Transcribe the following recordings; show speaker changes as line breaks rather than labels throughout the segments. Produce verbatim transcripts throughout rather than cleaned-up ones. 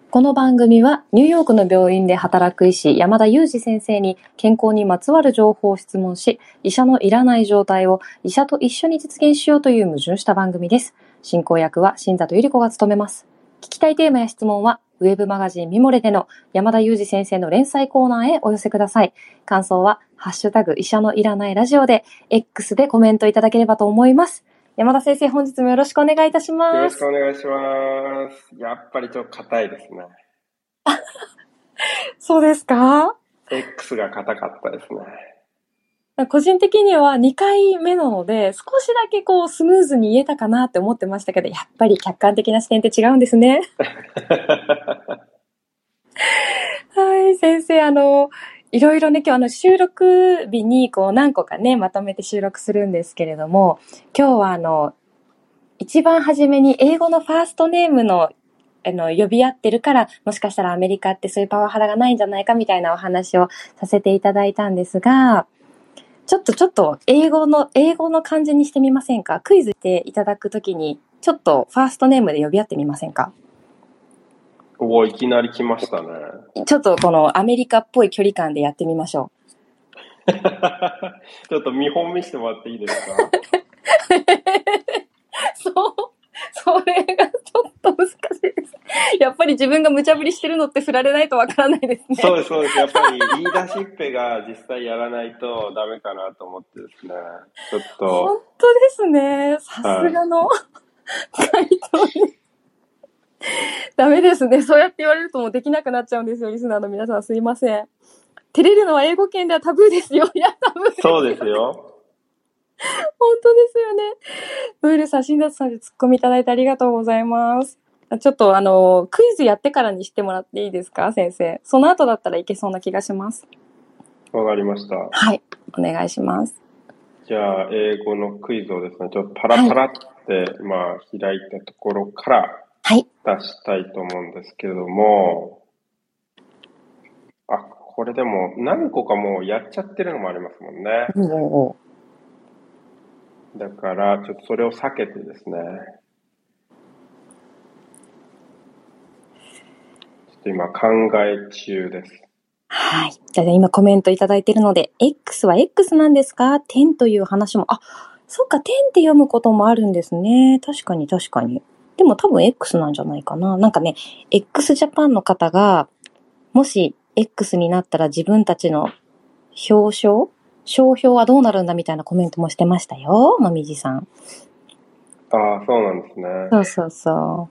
この番組はニューヨークの病院で働く医師山田裕二先生に健康にまつわる情報を質問し、医者のいらない状態を医者と一緒に実現しようという矛盾した番組です。進行役は新里ゆり子が務めます。聞きたいテーマや質問はウェブマガジンミモレでの山田裕二先生の連載コーナーへお寄せください。感想はハッシュタグ医者のいらないラジオで X でコメントいただければと思います。山田先生、本日もよろしくお願いいたします。
よろしくお願いします。やっぱりちょっと硬いですね。
そうですか？
X が硬かったですね。
個人的にはにかいめなので、少しだけこうスムーズに言えたかなって思ってましたけど、やっぱり客観的な視点って違うんですね。はい、先生、あの、いろいろね、今日あの収録日にこう何個かね、まとめて収録するんですけれども、今日はあの、一番初めに英語のファーストネームのあの呼び合ってるから、もしかしたらアメリカってそういうパワハラがないんじゃないかみたいなお話をさせていただいたんですが、ちょっとちょっと英語の、英語の漢字にしてみませんか？クイズしていただくときに、ちょっとファーストネームで呼び合ってみませんか？
おー、いきなり来ましたね。
ちょっとこのアメリカっぽい距離感でやってみましょ
う。ちょっと見本見せてもらっていいですか？
そう、それがちょっと難しいです。やっぱり自分が無茶ぶりしてるのって振られないとわからないですね。
そうです、そうです。やっぱり言い出しっぺが実際やらないとダメかなと思ってですね。ちょっと。
本当ですね。さすがの、はい、回答に。ダメですね。そうやって言われるともうできなくなっちゃうんですよ。リスナーの皆さんすいません。照れるのは英語圏ではタブーですよ。いや、タブーですよ。
そうですよ。
本当ですよね。ノエルさん、新里さんでツッコミいただいてありがとうございます。ちょっとあの、クイズやってからにしてもらっていいですか、先生。その後だったらいけそうな気がします。
わかりました。
はい、お願いします。
じゃあ、英語のクイズをですね、ちょっとパラパラって、はい、まあ、開いたところから出したいと思うんですけれども、はい、あ、これでも何個かもうやっちゃってるのもありますもんね。
おー。
だから、ちょっとそれを避けてですね、ちょっと今考え中です。
はい。じゃあ今コメントいただいているので、X は X なんですか？点という話も、あ、そうか、点って読むこともあるんですね。確かに確かに。でも多分 X なんじゃないかな。なんかね、X ジャパンの方が、もし X になったら自分たちの表彰商標はどうなるんだみたいなコメントもしてましたよ、もみじさん。
ああ、そうなんですね。
そうそうそう。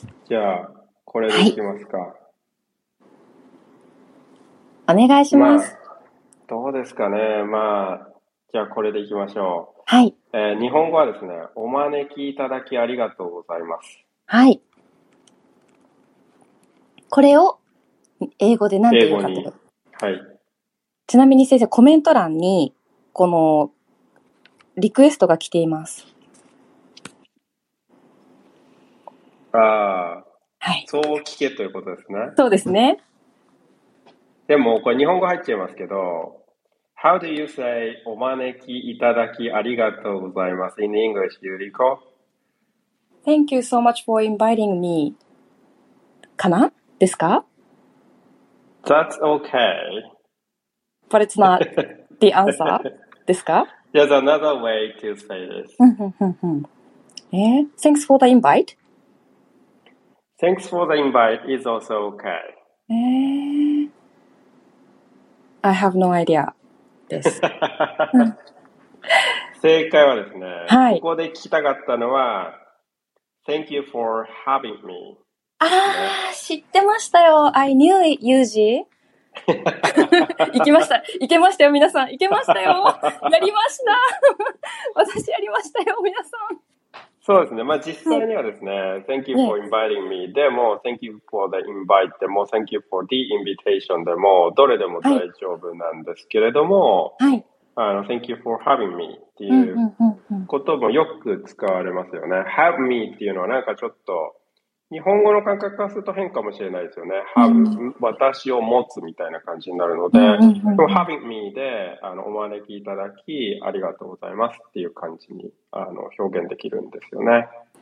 じゃあ、これでいきますか。
はい、お願いします。
まあ、どうですかね。まあ、じゃあこれでいきましょう。
はい。
えー、日本語はですね、お招きいただきありがとうございます。
はい。これを英語で何て言うかというと。
はい。
ちなみに先生、コメント欄に、この、リクエストが来ています。
ああ、
はい。
そう聞けということですね。
そうですね。
でも、これ日本語入っちゃいますけど、How do you say お招きいただきありがとうございます in English, Yuriko?
Thank you so much for inviting me. かなですか？
That's okay.
But it's not the answer. ですか？
There's another way to say this.
えー、Thanks for the invite.
Thanks for the invite is also okay.
えー、I have no idea. です。
正解はですね、
はい、
ここで聞きたかったのは Thank you for having me.
あー、知ってましたよ。I knew it, ユージ。行きました。行けましたよ、皆さん。行けましたよ。やりました。私やりましたよ、皆さん。
そうですね。まあ実際にはですね、はい、Thank you for inviting me でも、Thank you for the invite でも、Thank you for the invitation でも、どれでも大丈夫なんですけれども、はい、あの Thank you for having me っていうこともよく使われますよね。have me っていうのはなんかちょっと、日本語の感覚からすると変かもしれないですよね。have、うん、私を持つみたいな感じになるので、うんうんうんうん、でも having me であのお招きいただきありがとうございますっていう感じにあの表現できるんですよね。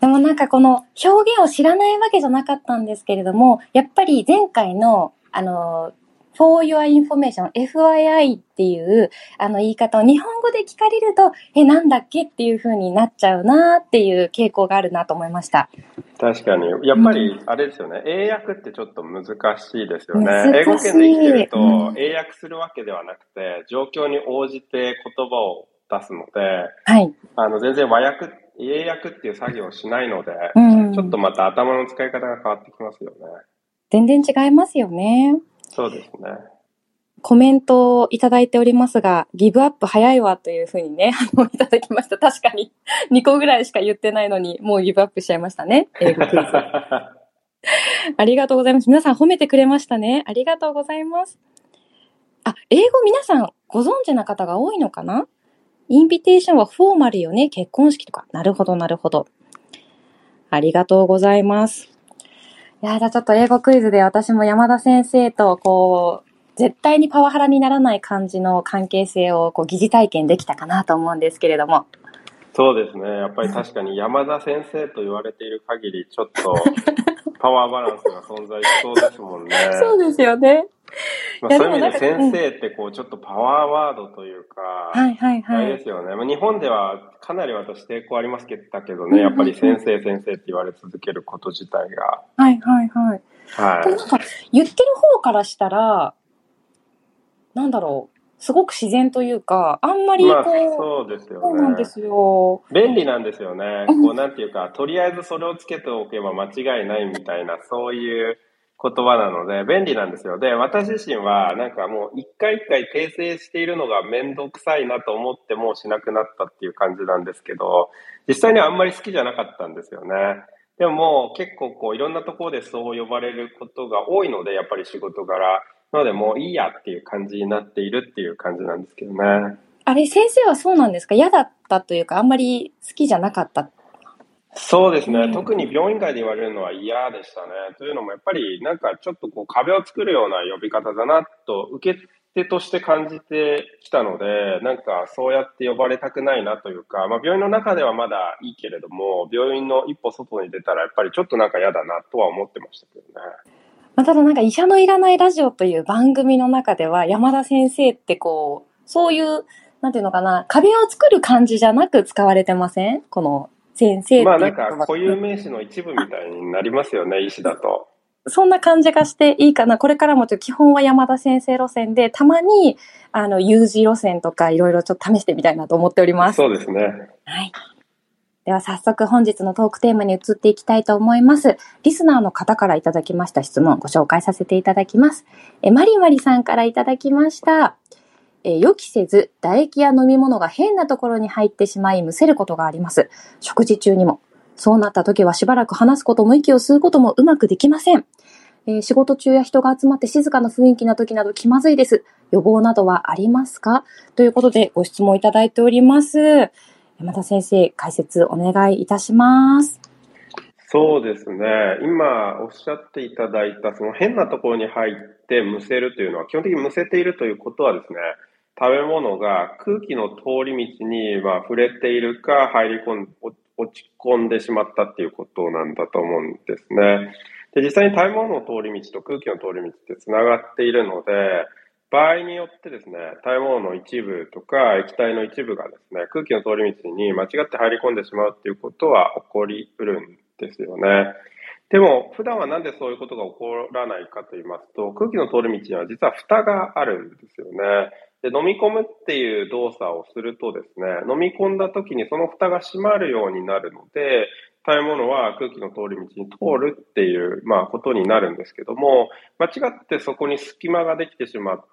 でもなんかこの表現を知らないわけじゃなかったんですけれども、やっぱり前回の、あの、for your information、エフワイアイ っていうあの言い方を日本語で聞かれると、え、なんだっけっていう風になっちゃうなっていう傾向があるなと思いました。
確かに。やっぱり、あれですよね、うん。英訳ってちょっと難しいですよね。英語圏
で
で生きてると、うん、英訳するわけではなくて、状況に応じて言葉を出すので、はい。あの、全然和訳、英訳っていう作業をしないので、うん、ちょっとまた頭の使い方が変わってきますよね。
全然違いますよね。
そうですね。
コメントをいただいておりますが、ギブアップ早いわというふうにね、あの、いただきました。確かににこぐらいしか言ってないのに、もうギブアップしちゃいましたね。英語クイズ。ありがとうございます。皆さん褒めてくれましたね。ありがとうございます。あ、英語皆さんご存知な方が多いのかな？インビテーションはフォーマルよね。結婚式とか。なるほど、なるほど。ありがとうございます。いや、じゃあちょっと英語クイズで私も山田先生とこう、絶対にパワハラにならない感じの関係性をこう疑似体験できたかなと思うんですけれども。
そうですね。やっぱり確かに山田先生と言われている限り、ちょっとパワーバランスが存在しそうですもんね。
そうですよね。
まあ、そういう意味で先生ってこうちょっとパワーワードというか、
はいはいはい。
あれですよね。日本ではかなり私抵抗ありますけどね、やっぱり先生先生って言われ続けること自体が。
はいはいはい。はい。でもなんか言ってる方からしたら、なんだろう。すごく自然というか、あんまりこう、まあ、
そうですよね。
そうなんですよ。
便利なんですよね。こうなんていうか、とりあえずそれをつけておけば間違いないみたいな、そういう言葉なので、便利なんですよ。で、私自身はなんかもう一回一回訂正しているのがめんどくさいなと思ってもうしなくなったっていう感じなんですけど、実際にはあんまり好きじゃなかったんですよね。でも結構こういろんなところでそう呼ばれることが多いので、やっぱり仕事柄。なのでもういいやっていう感じになっているっていう感じなんですけどね。
あれ、先生はそうなんですか？嫌だったというか、あんまり好きじゃなかった？
そうですね。特に病院外で言われるのは嫌でしたね。というのもやっぱりなんかちょっとこう壁を作るような呼び方だなと受け手として感じてきたので、なんかそうやって呼ばれたくないなというか、まあ病院の中ではまだいいけれども、病院の一歩外に出たらやっぱりちょっとなんか嫌だなとは思ってましたけどね。
まあ、ただなんか医者のいらないラジオという番組の中では山田先生ってこう、そういう、なんていうのかな、壁を作る感じじゃなく使われてません？この先生っていう。
まあなんか固有名詞の一部みたいになりますよね、医師だと。
そんな感じがしていいかな。これからもちょっと基本は山田先生路線で、たまに、あの、有事路線とかいろいろちょっと試してみたいなと思っております。
そうですね。
はい。では早速本日のトークテーマに移っていきたいと思います。リスナーの方からいただきました質問をご紹介させていただきます。え、マリマリさんからいただきました。え、予期せず唾液や飲み物が変なところに入ってしまいむせることがあります。食事中にも。そうなった時はしばらく話すことも息を吸うこともうまくできません。えー、仕事中や人が集まって静かな雰囲気な時など気まずいです。予防などはありますか？ということでご質問いただいております。山田先生、解説お願いいたします。
そうですね。今おっしゃっていただいたその変なところに入ってむせるというのは、基本的にむせているということはですね、食べ物が空気の通り道にまあ触れているか入り込ん落ち込んでしまったっていうことなんだと思うんですね。で、実際に食べ物の通り道と空気の通り道ってつながっているので、場合によってですね、食べ物の一部とか液体の一部がですね、空気の通り道に間違って入り込んでしまうっていうことは起こりうるんですよね。でも、普段はなんでそういうことが起こらないかと言いますと、空気の通り道には実は蓋があるんですよね。で、飲み込むっていう動作をするとですね、飲み込んだ時にその蓋が閉まるようになるので、食べ物は空気の通り道に通るっていう、まあ、ことになるんですけども、間違ってそこに隙間ができてしまって、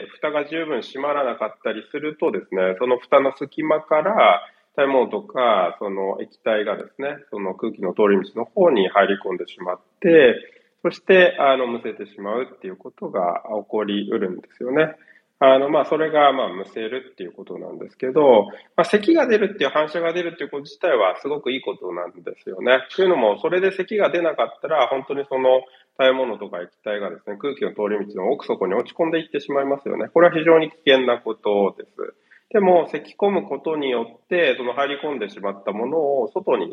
蓋が十分閉まらなかったりするとですね、その蓋の隙間から食べ物とか、その液体がですね、その空気の通り道の方に入り込んでしまって、そして、あの、むせてしまうっていうことが起こりうるんですよね。あの、まあ、それが、まあ、むせるっていうことなんですけど、まあ、咳が出るっていう反射が出るっていうこと自体はすごくいいことなんですよね。というのも、それで咳が出なかったら、本当にその食べ物とか液体がですね、空気の通り道の奥底に落ち込んでいってしまいますよね。これは非常に危険なことです。でも、咳き込むことによって、その入り込んでしまったものを外に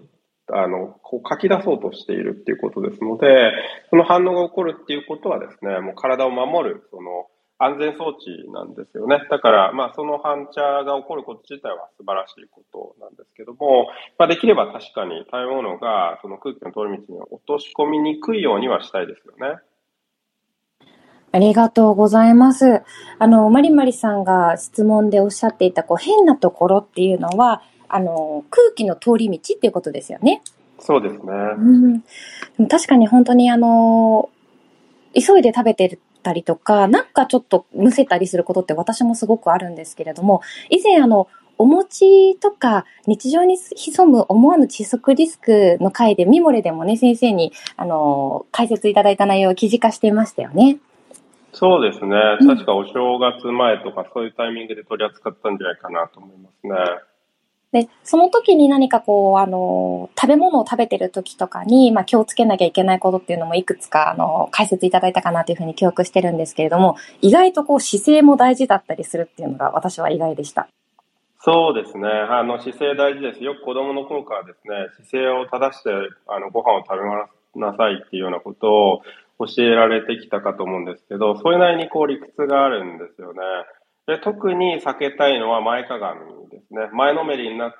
あの、こう書き出そうとしているっていうことですので、その反応が起こるっていうことはですね、もう体を守る、その、安全装置なんですよね。だから、まあ、その反射が起こること自体は素晴らしいことなんですけども、まあ、できれば確かに食べ物がその空気の通り道に落とし込みにくいようにはしたいですよね。
ありがとうございます。あの、まりまりさんが質問でおっしゃっていた、こう、変なところっていうのは、あの、空気の通り道っていうことですよね。
そうですね。
うん、でも確かに本当にあの、急いで食べてたりとか、なんかちょっとむせたりすることって私もすごくあるんですけれども、以前あの、お餅とか日常に潜む思わぬ窒息リスクの回でミモレでもね、先生にあの、解説いただいた内容を記事化していましたよね。
そうですね。確かお正月前とかそういうタイミングで取り扱ったんじゃないかなと思いますね。
で、その時に何かこう、あの、食べ物を食べてる時とかに、まあ気をつけなきゃいけないことっていうのもいくつか、あの、解説いただいたかなというふうに記憶してるんですけれども、意外とこう姿勢も大事だったりするっていうのが私は意外でした。
そうですね。あの、姿勢大事です。よく子供の頃からですね、姿勢を正して、あの、ご飯を食べなさいっていうようなことを教えられてきたかと思うんですけど、それなりにこう理屈があるんですよね。で、特に避けたいのは前かがみですね。前のめりになって、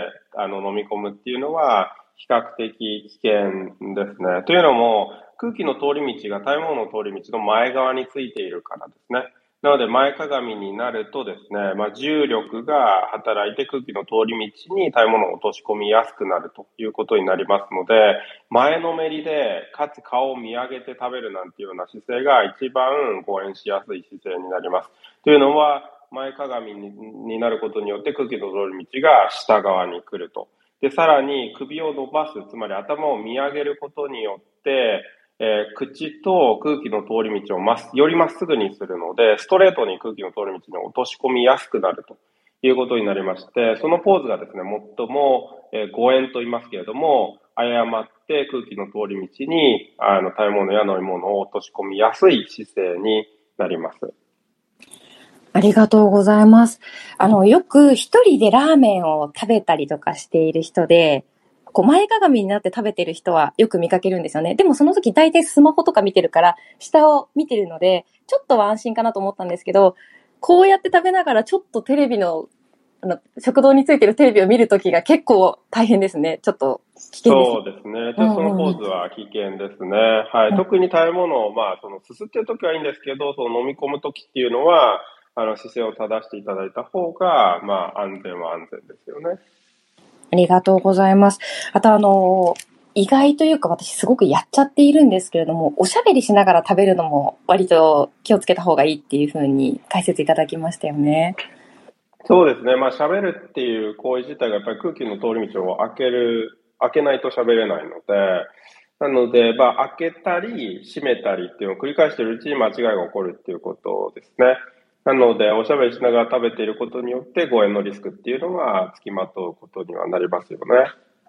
あの、飲み込むっていうのは比較的危険ですね。というのも、空気の通り道が食べ物の通り道の前側についているからですね。なので前かがみになるとですね、まあ、重力が働いて空気の通り道に食べ物を落とし込みやすくなるということになりますので、前のめりで、かつ顔を見上げて食べるなんていうような姿勢が一番誤嚥しやすい姿勢になります。というのは、前かがみになることによって空気の通り道が下側に来ると。で、さらに首を伸ばす、つまり頭を見上げることによって、えー、口と空気の通り道をまよりまっすぐにするので、ストレートに空気の通り道に落とし込みやすくなるということになりまして、そのポーズがですね、最も、えー、誤嚥と言いますけれども、誤って空気の通り道にあの食べ物や飲み物を落とし込みやすい姿勢になります。
ありがとうございます。あの、よく一人でラーメンを食べたりとかしている人で、こう前かがみになって食べてる人はよく見かけるんですよね。でもその時大体スマホとか見てるから下を見てるので、ちょっとは安心かなと思ったんですけど、こうやって食べながらちょっとテレビの、あの、食堂についてるテレビを見る時が結構大変ですね。ちょっと危険です。
そうですね。ちょっとそのポーズは危険ですね。はい。うん、特に食べ物を、まあ、その、すすってる時はいいんですけど、その飲み込む時っていうのは、あの、姿勢を正していただいた方が、まあ、安全は安全ですよね。
ありがとうございます。あとあの、意外というか私すごくやっちゃっているんですけれども、おしゃべりしながら食べるのも割と気をつけた方がいいっていうふうに解説いただきましたよね。
そうですね。まあ喋るっていう行為自体がやっぱり空気の通り道を開ける、開けないと喋れないので、なので、まあ開けたり閉めたりっていうのを繰り返しているうちに間違いが起こるっていうことですね。なので、おしゃべりしながら食べていることによって誤嚥のリスクっていうのが付きまとうことにはなりますよね。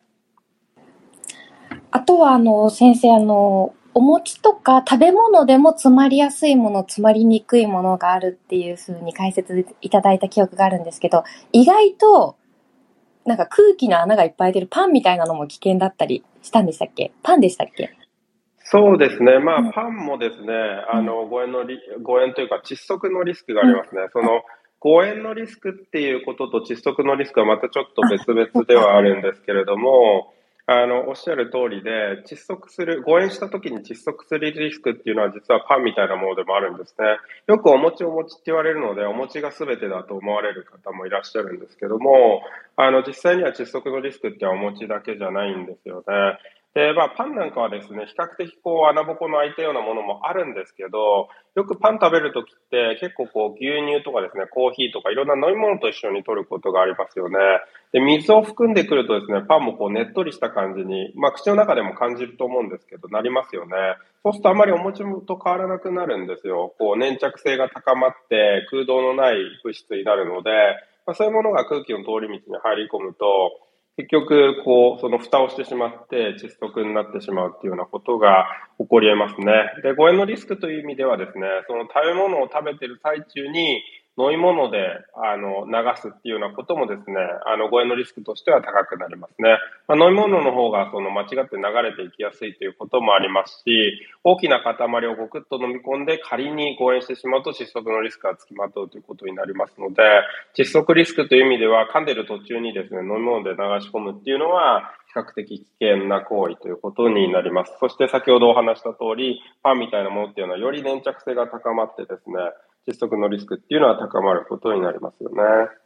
あとはあの、先生あの、お餅とか食べ物でも詰まりやすいもの、詰まりにくいものがあるっていうふうに解説いただいた記憶があるんですけど、意外となんか空気の穴がいっぱい出るパンみたいなのも危険だったりしたんでしたっけ？パンでしたっけ？
そうですね。まあ、パンもですね、あの、誤嚥のリ、誤嚥というか窒息のリスクがありますね。その、誤嚥のリスクっていうことと窒息のリスクはまたちょっと別々ではあるんですけれども、あの、おっしゃる通りで、窒息する、誤嚥した時に窒息するリスクっていうのは実はパンみたいなものでもあるんですね。よくお餅お餅って言われるので、お餅が全てだと思われる方もいらっしゃるんですけども、あの、実際には窒息のリスクってお餅だけじゃないんですよね。で、まあ、パンなんかはですね、比較的こう、穴ぼこの開いたようなものもあるんですけど、よくパン食べるときって結構こう、牛乳とかですね、コーヒーとかいろんな飲み物と一緒に摂ることがありますよね。で、水を含んでくるとですね、パンもこう、ねっとりした感じに、まあ、口の中でも感じると思うんですけど、なりますよね。そうするとあまりお餅と変わらなくなるんですよ。こう、粘着性が高まって空洞のない物質になるので、まあ、そういうものが空気の通り道に入り込むと、結局、こう、その蓋をしてしまって窒息になってしまうっていうようなことが起こり得ますね。で、誤嚥のリスクという意味ではですね、その食べ物を食べている最中に飲み物で、あの、流すっていうようなこともですね、あの、誤嚥のリスクとしては高くなりますね。まあ、飲み物の方が、その、間違って流れていきやすいということもありますし、大きな塊をごくっと飲み込んで、仮に誤嚥してしまうと窒息のリスクがつきまとうということになりますので、窒息リスクという意味では、噛んでる途中にですね、飲み物で流し込むっていうのは、比較的危険な行為ということになります。そして先ほどお話した通り、パンみたいなものっていうのはより粘着性が高まってですね、窒息のリスクっていうのは高まることになりますよね。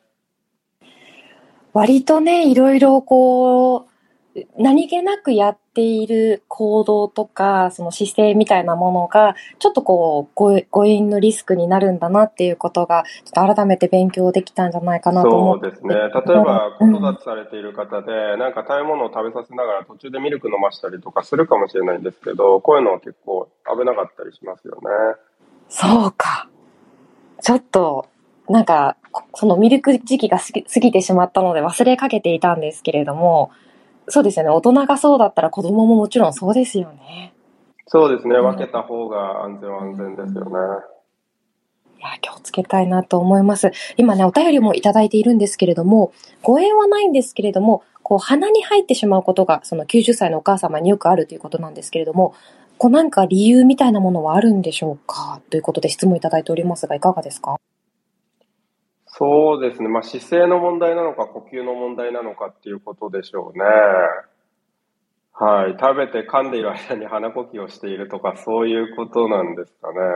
割とね、いろいろこう、何気なくやっている行動とか、その姿勢みたいなものが、ちょっとこう、誤嚥のリスクになるんだなっていうことが、ちょっと改めて勉強できたんじゃないかなと思って。
そうですね。例えば、子育てされている方で、うん、なんか食べ物を食べさせながら途中でミルク飲ましたりとかするかもしれないんですけど、こういうのは結構危なかったりしますよね。
そうか。ちょっと、なんか、そのミルク時期が過ぎてしまったので忘れかけていたんですけれども、そうですよね。大人がそうだったら子供ももちろんそうですよね。
そうですね。分けた方が安全は安全ですよね。
いや、気をつけたいなと思います。今ね、お便りもいただいているんですけれども、誤嚥はないんですけれども、こう鼻に入ってしまうことが、そのきゅうじゅっさいのお母様によくあるということなんですけれども、こうなんか理由みたいなものはあるんでしょうかということで質問いただいておりますが、いかがですか？
そうですね。まあ、姿勢の問題なのか、呼吸の問題なのかっていうことでしょうね。はい。食べて噛んでいる間に鼻呼吸をしているとか、そういうことなんですかね。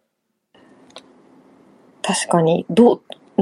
確かに、どう、うん。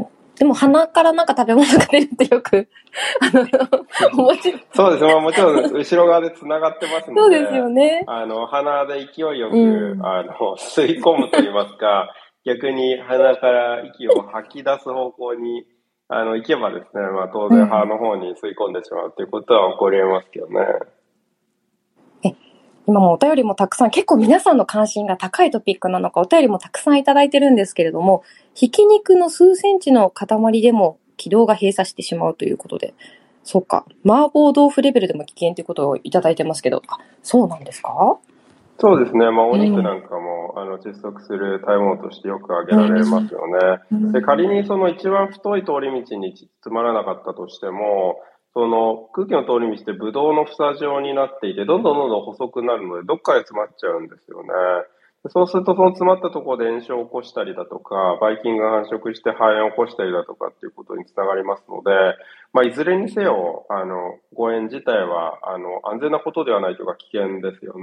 でも鼻からなんか食べ物が出るってよく、あの、もちろん。
そうですね。まあ、もちろん、後ろ側で繋がってますので、
そうですよね。
あの、鼻で勢いよく、
うん、
あの、吸い込むと言いますか、逆に鼻から息を吐き出す方向に、あの、行けばですね、まあ、当然鼻の方に吸い込んでしまうということは起こり得ますけどね。
え、今もお便りもたくさん、結構皆さんの関心が高いトピックなのか、お便りもたくさんいただいてるんですけれども、ひき肉の数センチの塊でも気道が閉鎖してしまうということで、そうか、麻婆豆腐レベルでも危険ということをいただいてますけど、あ、そうなんですか？
そうですね。まあ、お肉なんかも、うん、あの、窒息する食べ物としてよく挙げられますよね。うん、で、仮にその一番太い通り道に詰まらなかったとしても、その空気の通り道ってブドウの房状になっていて、どんどんどんどん細くなるので、どっかで詰まっちゃうんですよね。そうすると、その詰まったところで炎症を起こしたりだとか、ばい菌が繁殖して肺炎を起こしたりだとかっていうことにつながりますので、まあ、いずれにせよ、あの、誤嚥自体は、あの、安全なことではないというか危険ですよね。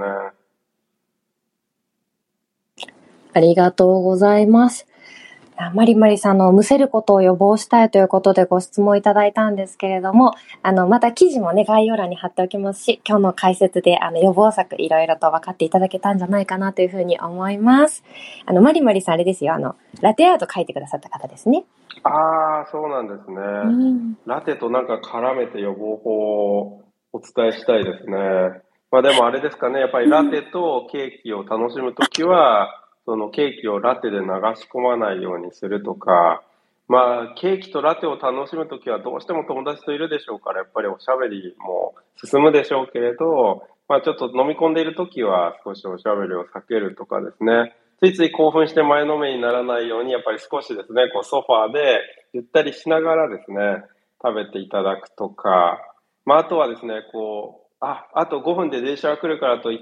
ありがとうございます。マリマリさんのむせることを予防したいということでご質問いただいたんですけれども、あの、また記事もね、概要欄に貼っておきますし、今日の解説であの予防策いろいろと分かっていただけたんじゃないかなというふうに思います。あの、マリマリさんあれですよ、あの、ラテアート書いてくださった方ですね。
ああ、そうなんですね、うん。ラテとなんか絡めて予防法をお伝えしたいですね。まあでもあれですかね、やっぱりラテとケーキを楽しむときは、そのケーキをラテで流し込まないようにするとか、まあケーキとラテを楽しむときはどうしても友達といるでしょうから、やっぱりおしゃべりも進むでしょうけれど、まあちょっと飲み込んでいるときは少しおしゃべりを避けるとかですね。ついつい興奮して前のめりにならないように、やっぱり少しですね、こうソファーでゆったりしながらですね、食べていただくとか、まああとはですね、こう、あ、あとごふんで電車が来るからといって、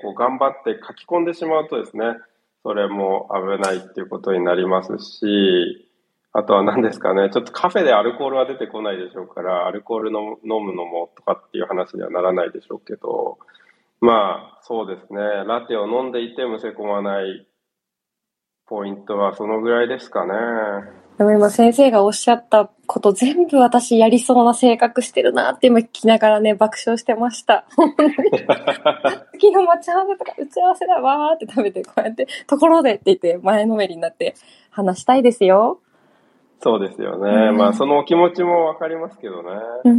こう頑張って書き込んでしまうとですね、それも危ないっていうことになりますし、あとは何ですかね、ちょっとカフェでアルコールは出てこないでしょうから、アルコールの飲むのもとかっていう話にはならないでしょうけど、まあ、そうですね。ラテを飲んでいてむせ込まないポイントはそのぐらいですかね。
でも今先生がおっしゃったこと全部私やりそうな性格してるなって今聞きながらね、爆笑してました。昨日待ち合わせとか打ち合わせだわーって食べてこうやってところでって言って前のめりになって話したいですよ。
そうですよね。うん、まあそのお気持ちもわかりますけどね。
うん、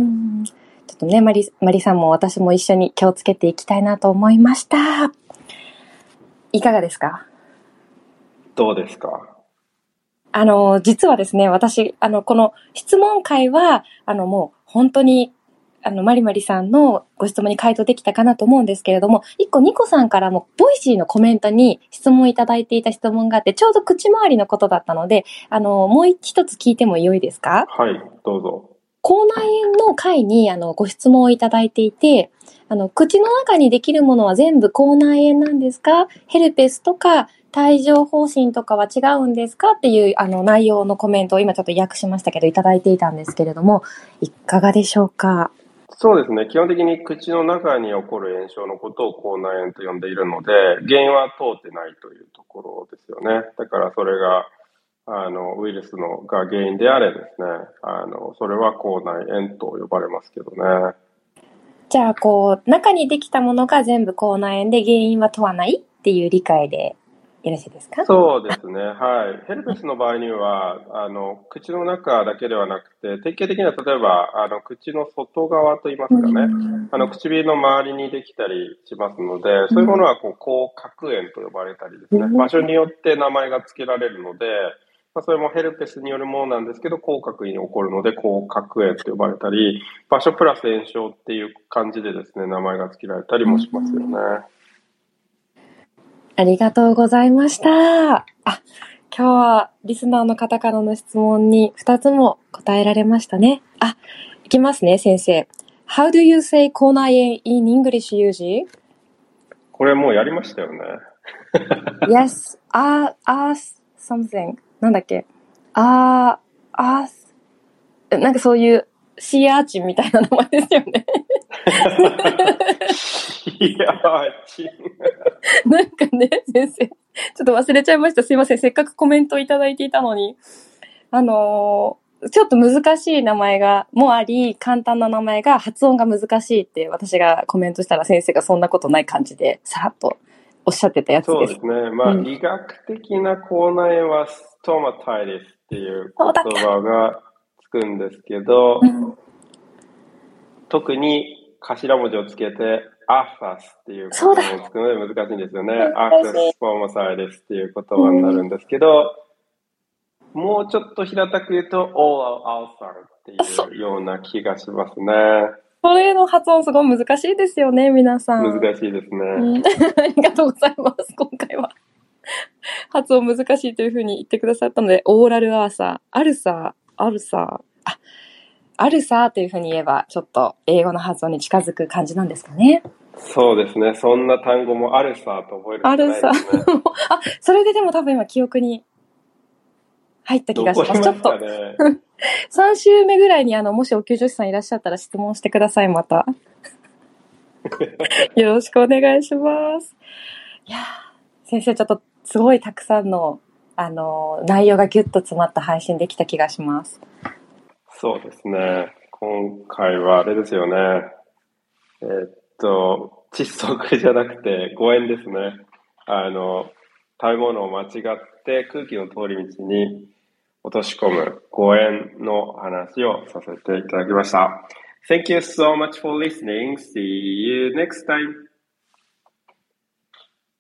ちょっとね、マリ、マリさんも私も一緒に気をつけていきたいなと思いました。いかがですか？
どうですか？
あの、実はですね、私、あの、この質問会は、あの、もう本当にあの、まりまりさんのご質問に回答できたかなと思うんですけれども、一個ニコさんからも、ボイシーのコメントに質問いただいていた質問があって、ちょうど口周りのことだったので、あの、もう一つ聞いてもよいですか？
はい、どうぞ。
口内炎の回に、あの、ご質問をいただいていて、あの、口の中にできるものは全部口内炎なんですか？ヘルペスとか、帯状疱疹とかは違うんですかっていう、あの、内容のコメントを今ちょっと訳しましたけど、いただいていたんですけれども、いかがでしょうか？
そうですね。基本的に口の中に起こる炎症のことを口内炎と呼んでいるので、原因は通ってないというところですよね。だからそれが、あの、ウイルスのが原因であれですね、あの、それは口内炎と呼ばれますけどね。
じゃあ、こう、中にできたものが全部口内炎で原因は問わないっていう理解でよろしいですか？
そうですね。はい。ヘルペスの場合には、あの、口の中だけではなくて、典型的には例えば、あの、口の外側といいますかね、あの、唇の周りにできたりしますので、そういうものは、こう、口角炎と呼ばれたりですね、場所によって名前が付けられるので、まあ、それもヘルペスによるものなんですけど、口角に起こるので、口角炎と呼ばれたり、場所プラス炎症っていう感じでですね、名前が付けられたりもしますよね。
ありがとうございました。あ、今日はリスナーの方からの質問にふたつも答えられましたね。あ、いきますね、先生。How do you say 口内炎 in English, Yuji?
これもうやりましたよね。
Yes, ah, ah, something. なんだっけ？ Ah, ah, なんかそういうシーアーチンみたいな名前ですよね。
シーアーチン。
なんかね、先生。ちょっと忘れちゃいました。すいません。せっかくコメントいただいていたのに。あのー、ちょっと難しい名前がもあり、簡単な名前が発音が難しいって私がコメントしたら先生がそんなことない感じでさらっとおっしゃってたやつです。
そうですね。まあ、うん、医学的な口内炎はストマタイティスっていう言葉がつくんですけど、うん、特に頭文字をつけてアファスっていう言葉もつくので難しいんですよね。アファストマタイティスっていう言葉になるんですけど、うん、もうちょっと平たく言うと all outside っていうような気がしますね。
それの発音すごい難しいですよね、皆さん。
難しいですね。
うん、ありがとうございます、今回は。発音難しいというふうに言ってくださったので、オーラルアーサー、アルサー、アルサー、あ、アルサーというふうに言えば、ちょっと英語の発音に近づく感じなんですかね。
そうですね。そんな単語もアルサーと覚えるしかないですね。アルサー。
あ、それででも多分今記憶に入った気がします。
ますね、
ちょっと。さん週目ぐらいに、あの、もしお給助士さんいらっしゃったら質問してください、また。よろしくお願いします。いや先生、ちょっとすごいたくさんの、あの、内容がギュッと詰まった配信できた気がします。
そうですね。今回はあれですよね。えー、っと、窒息じゃなくて誤嚥ですね。あの、食べ物を間違って空気の通り道に落とし込む誤嚥の話をさせていただきました。Thank you so much for listening. See you next time.